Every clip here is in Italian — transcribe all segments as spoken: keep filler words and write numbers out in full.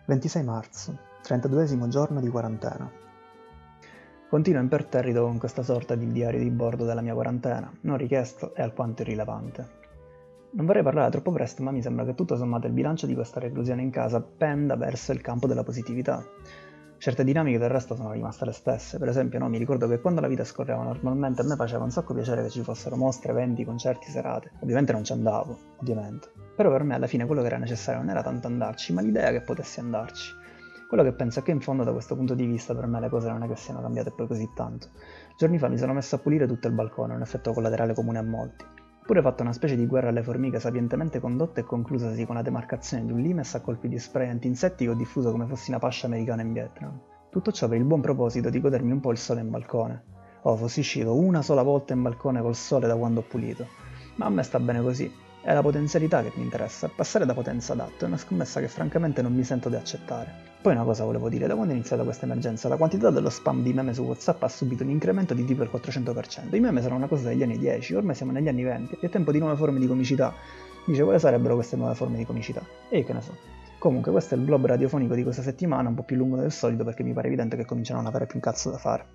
ventisei marzo, trentaduesimo giorno di quarantena. Continuo imperterrito con questa sorta di diario di bordo della mia quarantena, non richiesto e alquanto irrilevante. Non vorrei parlare troppo presto, ma mi sembra che tutto sommato il bilancio di questa reclusione in casa penda verso il campo della positività. Certe dinamiche del resto sono rimaste le stesse. Per esempio, no, mi ricordo che quando la vita scorreva normalmente a me faceva un sacco piacere che ci fossero mostre, eventi, concerti, serate. Ovviamente non ci andavo, ovviamente. Però per me alla fine quello che era necessario non era tanto andarci, ma l'idea che potessi andarci. Quello che penso è che in fondo da questo punto di vista per me le cose non è che siano cambiate poi così tanto. Giorni fa mi sono messo a pulire tutto il balcone, un effetto collaterale comune a molti. Pure fatto una specie di guerra alle formiche sapientemente condotta e conclusasi con la demarcazione di un limes a colpi di spray anti-insetti che ho diffuso come fossi una pascia americana in Vietnam. Tutto ciò per il buon proposito di godermi un po' il sole in balcone. Oh, fossi uscito una sola volta in balcone col sole da quando ho pulito. Ma a me sta bene così. È la potenzialità che mi interessa, passare da potenza ad atto è una scommessa che francamente non mi sento di accettare. Poi una cosa volevo dire, da quando è iniziata questa emergenza la quantità dello spam di meme su WhatsApp ha subito un incremento di tipo il quattrocento per cento. I meme sono una cosa degli anni dieci, ormai siamo negli anni venti, è tempo di nuove forme di comicità. Dice, quali sarebbero queste nuove forme di comicità? E io che ne so. Comunque questo è il blob radiofonico di questa settimana, un po' più lungo del solito perché mi pare evidente che cominciano a non avere più un cazzo da fare.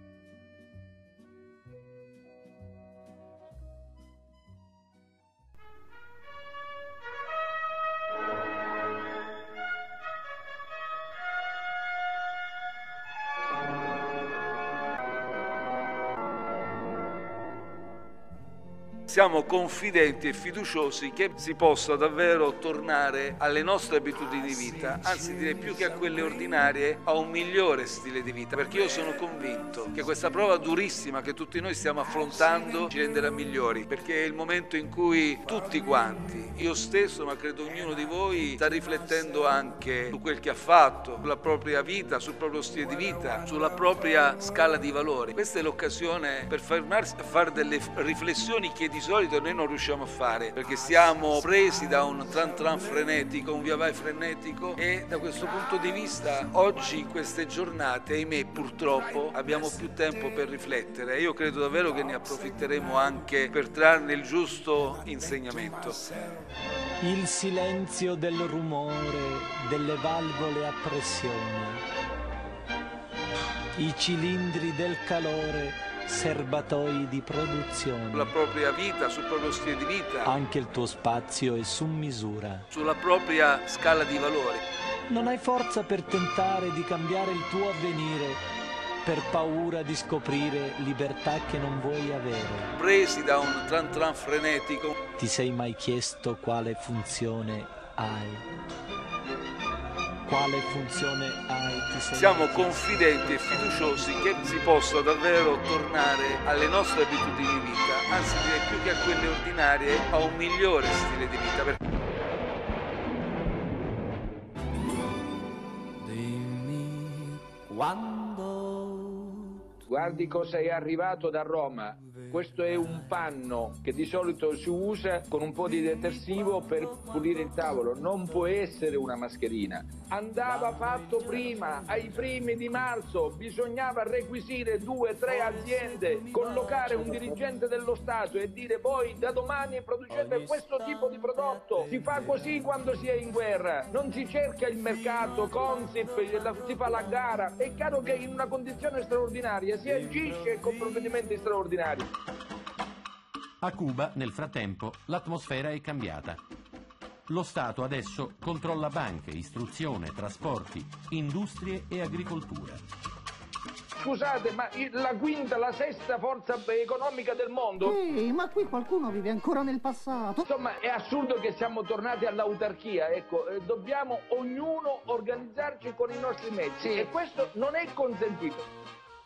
Siamo confidenti e fiduciosi che si possa davvero tornare alle nostre abitudini di vita, anzi direi più che a quelle ordinarie, a un migliore stile di vita, perché io sono convinto che questa prova durissima che tutti noi stiamo affrontando ci renderà migliori, perché è il momento in cui tutti quanti, io stesso ma credo ognuno di voi, sta riflettendo anche su quel che ha fatto, sulla propria vita, sul proprio stile di vita, sulla propria scala di valori. Questa è l'occasione per fermarsi a fare delle riflessioni che di solito noi non riusciamo a fare perché siamo presi da un tran tran frenetico, un via vai frenetico, e da questo punto di vista oggi in queste giornate, ahimè purtroppo, abbiamo più tempo per riflettere. Io credo davvero che ne approfitteremo anche per trarne il giusto insegnamento. Il silenzio del rumore delle valvole a pressione, i cilindri del calore, serbatoi di produzione. Sulla propria vita, sul proprio stile di vita. Anche il tuo spazio è su misura. Sulla propria scala di valori. Non hai forza per tentare di cambiare il tuo avvenire, per paura di scoprire libertà che non vuoi avere. Presi da un tran tran frenetico. Ti sei mai chiesto quale funzione hai? Quale funzione hai? Ti sei Siamo confidenti e fiduciosi che si possa davvero tornare alle nostre abitudini di vita, anzi direi più che a quelle ordinarie, a un migliore stile di vita. Dimmi quando. Guardi cosa è arrivato da Roma. Questo è un panno che di solito si usa con un po' di detersivo per pulire il tavolo. Non può essere una mascherina. Andava fatto prima, ai primi di marzo. Bisognava requisire due, tre aziende, collocare un dirigente dello Stato e dire: voi da domani producete questo tipo di prodotto. Si fa così quando si è in guerra. Non si cerca il mercato, Consip, si fa la gara. È chiaro che in una condizione straordinaria si agisce con provvedimenti straordinari. A Cuba, nel frattempo, l'atmosfera è cambiata. Lo Stato adesso controlla banche, istruzione, trasporti, industrie e agricoltura. Scusate, ma la quinta, la sesta forza economica del mondo? Sì, ma qui qualcuno vive ancora nel passato. Insomma, è assurdo che siamo tornati all'autarchia, ecco, eh, dobbiamo ognuno organizzarci con i nostri mezzi, e questo non è consentito.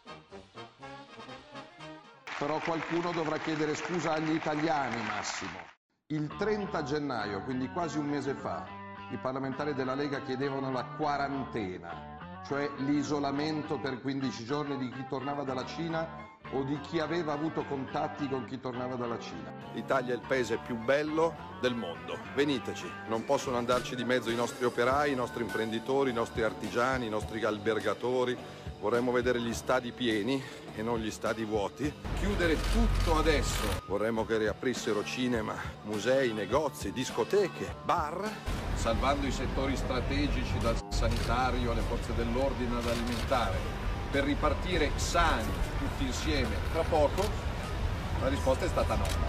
Però qualcuno dovrà chiedere scusa agli italiani, Massimo. Il trenta gennaio, quindi quasi un mese fa, i parlamentari della Lega chiedevano la quarantena, cioè l'isolamento per quindici giorni di chi tornava dalla Cina o di chi aveva avuto contatti con chi tornava dalla Cina. L'Italia è il paese più bello del mondo. Veniteci, non possono andarci di mezzo i nostri operai, i nostri imprenditori, i nostri artigiani, i nostri albergatori. Vorremmo vedere gli stadi pieni e non gli stadi vuoti. Chiudere tutto adesso. Vorremmo che riaprissero cinema, musei, negozi, discoteche, bar. salvando i settori strategici dal sanitario alle forze dell'ordine all'alimentare, per ripartire sani tutti insieme tra poco? La risposta è stata no.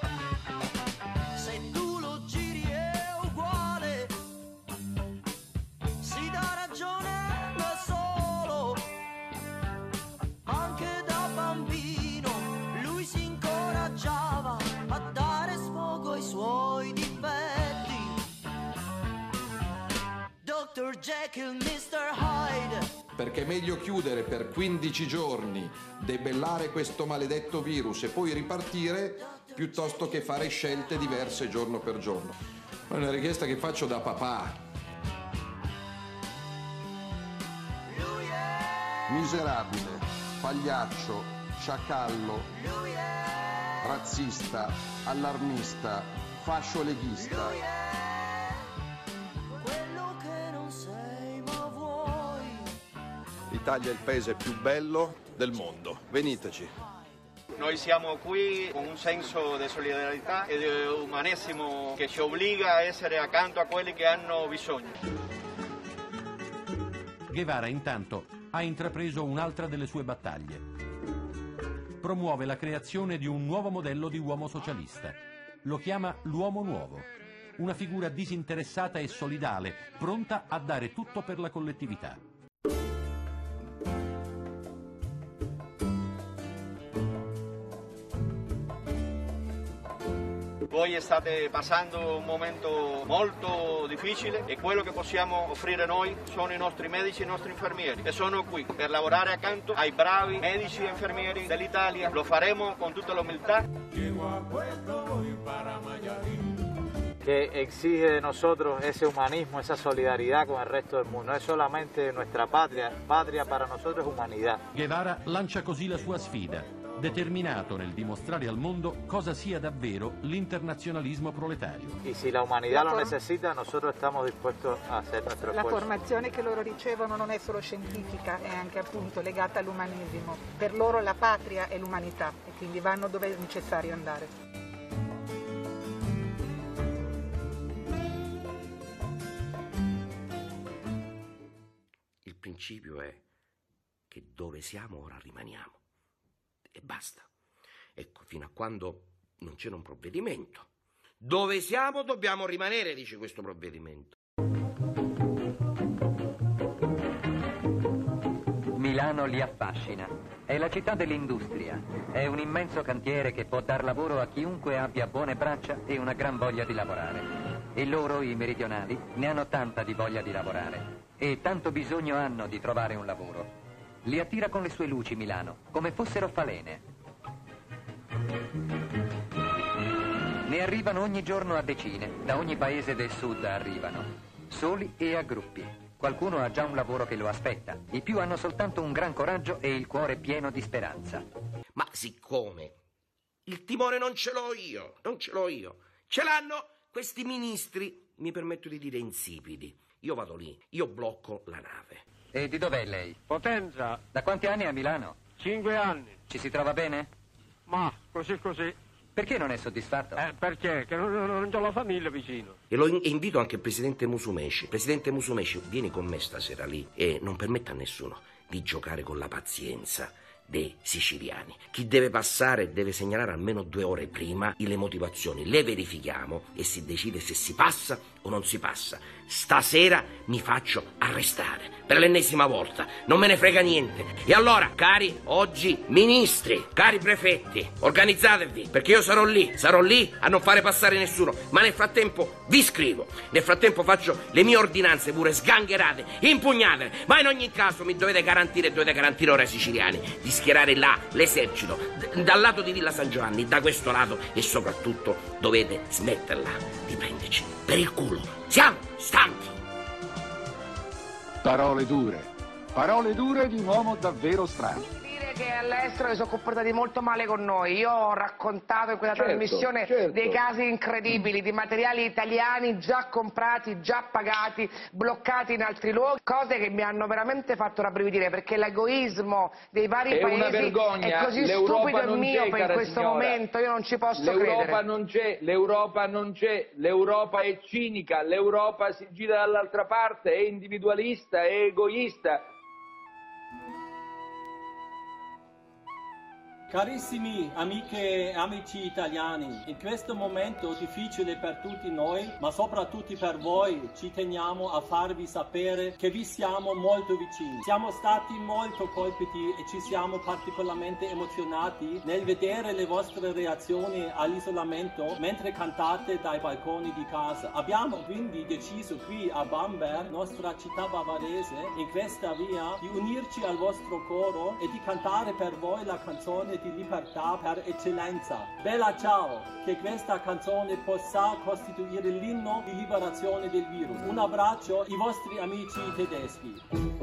Perché è meglio chiudere per quindici giorni, debellare questo maledetto virus e poi ripartire, piuttosto che fare scelte diverse giorno per giorno. È una richiesta che faccio da papà. Miserabile, pagliaccio, sciacallo, razzista, allarmista, fascio leghista. L'Italia è il paese più bello del mondo. Veniteci. Noi siamo qui con un senso di solidarietà e di umanesimo che ci obbliga a essere accanto a quelli che hanno bisogno. Guevara intanto ha intrapreso un'altra delle sue battaglie. Promuove la creazione di un nuovo modello di uomo socialista. Lo chiama l'uomo nuovo, una figura disinteressata e solidale, pronta a dare tutto per la collettività. Voi state passando un momento molto difficile e quello che possiamo offrire noi sono i nostri medici e i nostri infermieri e sono qui per lavorare accanto ai bravi medici e infermieri dell'Italia. Lo faremo con tutta l'umiltà que exige de nosotros ese humanismo, esa solidaridad con el resto del mundo. No es solamente nuestra patria, patria para nosotros es humanidad. Guevara lancia così la sua sfida, determinato nel dimostrare al mondo cosa sia davvero l'internazionalismo proletario. Y si la humanidad lo necesita, nosotros estamos dispuestos a hacer nuestro esfuerzo. La formazione che loro ricevono non è solo scientifica, è anche appunto legata all'umanesimo. Per loro la patria è l'umanità e quindi vanno dove è necessario andare. Il principio è che dove siamo ora rimaniamo e basta. Ecco, fino a quando non c'era un provvedimento. Dove siamo dobbiamo rimanere, dice questo provvedimento. Milano li affascina. È la città dell'industria. È un immenso cantiere che può dar lavoro a chiunque abbia buone braccia e una gran voglia di lavorare. E loro, i meridionali, ne hanno tanta di voglia di lavorare. E tanto bisogno hanno di trovare un lavoro. Li attira con le sue luci Milano, come fossero falene. Ne arrivano ogni giorno a decine, da ogni paese del sud arrivano, soli e a gruppi. Qualcuno ha già un lavoro che lo aspetta, i più hanno soltanto un gran coraggio e il cuore pieno di speranza. Ma siccome il timore non ce l'ho io, non ce l'ho io, ce l'hanno questi ministri, mi permetto di dire insipidi. Io vado lì, io blocco la nave. E di dov'è lei? Potenza. Da quanti anni a Milano? Cinque anni. Ci si trova bene? Ma così così. Perché non è soddisfatto? Eh, perché? Che non, non, non c'ho la famiglia vicino. E lo invito anche il presidente Musumeci. Presidente Musumeci, vieni con me stasera lì e non permetta a nessuno di giocare con la pazienza dei siciliani. Chi deve passare deve segnalare almeno due ore prima le motivazioni, le verifichiamo e si decide se si passa o non si passa. Stasera mi faccio arrestare per l'ennesima volta, non me ne frega niente. E allora, cari oggi ministri, cari prefetti, organizzatevi, perché io sarò lì, sarò lì a non fare passare nessuno, ma nel frattempo vi scrivo, nel frattempo faccio le mie ordinanze pure sgangherate, impugnate, ma in ogni caso mi dovete garantire, dovete garantire ora ai siciliani di schierare là l'esercito, d- dal lato di Villa San Giovanni, da questo lato, e soprattutto dovete smetterla di prenderci per il culo. Siamo stanchi. Parole dure, parole dure di un uomo davvero strano. che all'estero si sono comportati molto male con noi. Io ho raccontato in quella certo, trasmissione certo. dei casi incredibili di materiali italiani già comprati, già pagati, bloccati in altri luoghi, cose che mi hanno veramente fatto rabbrividire, perché l'egoismo dei vari è paesi una vergogna. è così stupido e miope in questo signora. momento, io non ci posso L'Europa credere. Non c'è, l'Europa non c'è, l'Europa è cinica, l'Europa si gira dall'altra parte, è individualista, è egoista. Carissimi amiche e amici italiani, in questo momento difficile per tutti noi, ma soprattutto per voi, ci teniamo a farvi sapere che vi siamo molto vicini. Siamo stati molto colpiti e ci siamo particolarmente emozionati nel vedere le vostre reazioni all'isolamento mentre cantate dai balconi di casa. Abbiamo quindi deciso qui a Bamberg, nostra città bavarese, in questa via, di unirci al vostro coro e di cantare per voi la canzone di libertà per eccellenza. Bella ciao! Che questa canzone possa costituire l'inno di liberazione del virus. Un abbraccio, i vostri amici tedeschi.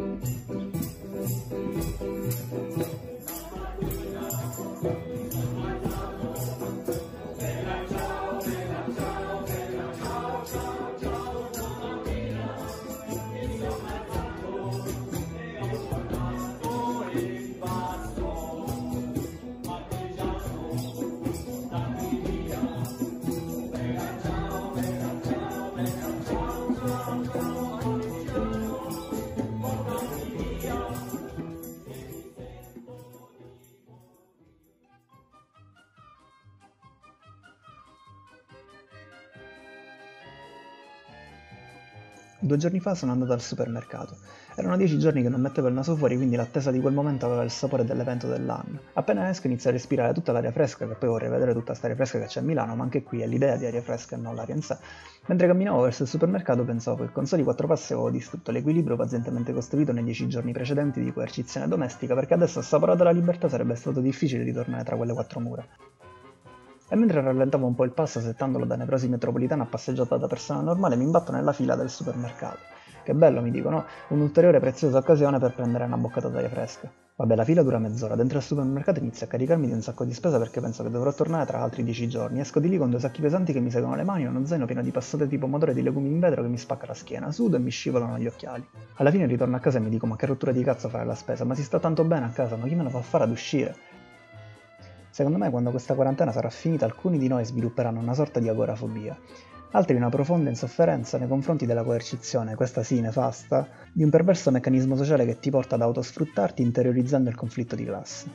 Due giorni fa sono andato al supermercato. Erano dieci giorni che non mettevo il naso fuori, quindi l'attesa di quel momento aveva il sapore dell'evento dell'anno. Appena esco inizio a respirare tutta l'aria fresca, che poi vorrei vedere tutta questa aria fresca che c'è a Milano, ma anche qui è l'idea di aria fresca e non l'aria in sé. Mentre camminavo verso il supermercato pensavo che con soli quattro passi avevo distrutto l'equilibrio pazientemente costruito nei dieci giorni precedenti di coercizione domestica, perché adesso assaporato la libertà sarebbe stato difficile ritornare tra quelle quattro mura. E mentre rallentavo un po' il passo settandolo da nevrosi metropolitana a passeggiata da persona normale, mi imbatto nella fila del supermercato. Che bello, mi dico, no? Un'ulteriore preziosa occasione per prendere una boccata d'aria fresca. Vabbè, la fila dura mezz'ora, dentro al supermercato inizio a caricarmi di un sacco di spesa perché penso che dovrò tornare tra altri dieci giorni. Esco di lì con due sacchi pesanti che mi seguono le mani e uno zaino pieno di passate tipo motore di legumi in vetro che mi spacca la schiena, sudo e mi scivolano gli occhiali. Alla fine ritorno a casa e mi dico, ma che rottura di cazzo fare la spesa, ma si sta tanto bene a casa, ma chi me lo fa fare ad uscire? Secondo me, quando questa quarantena sarà finita, alcuni di noi svilupperanno una sorta di agorafobia, altri una profonda insofferenza nei confronti della coercizione, questa sì nefasta, di un perverso meccanismo sociale che ti porta ad autosfruttarti interiorizzando il conflitto di classe.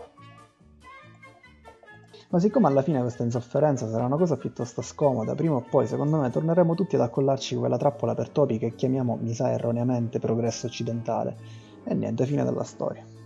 Ma siccome alla fine questa insofferenza sarà una cosa piuttosto scomoda, prima o poi secondo me torneremo tutti ad accollarci quella trappola per topi che chiamiamo, mi sa erroneamente, progresso occidentale. E niente, fine della storia.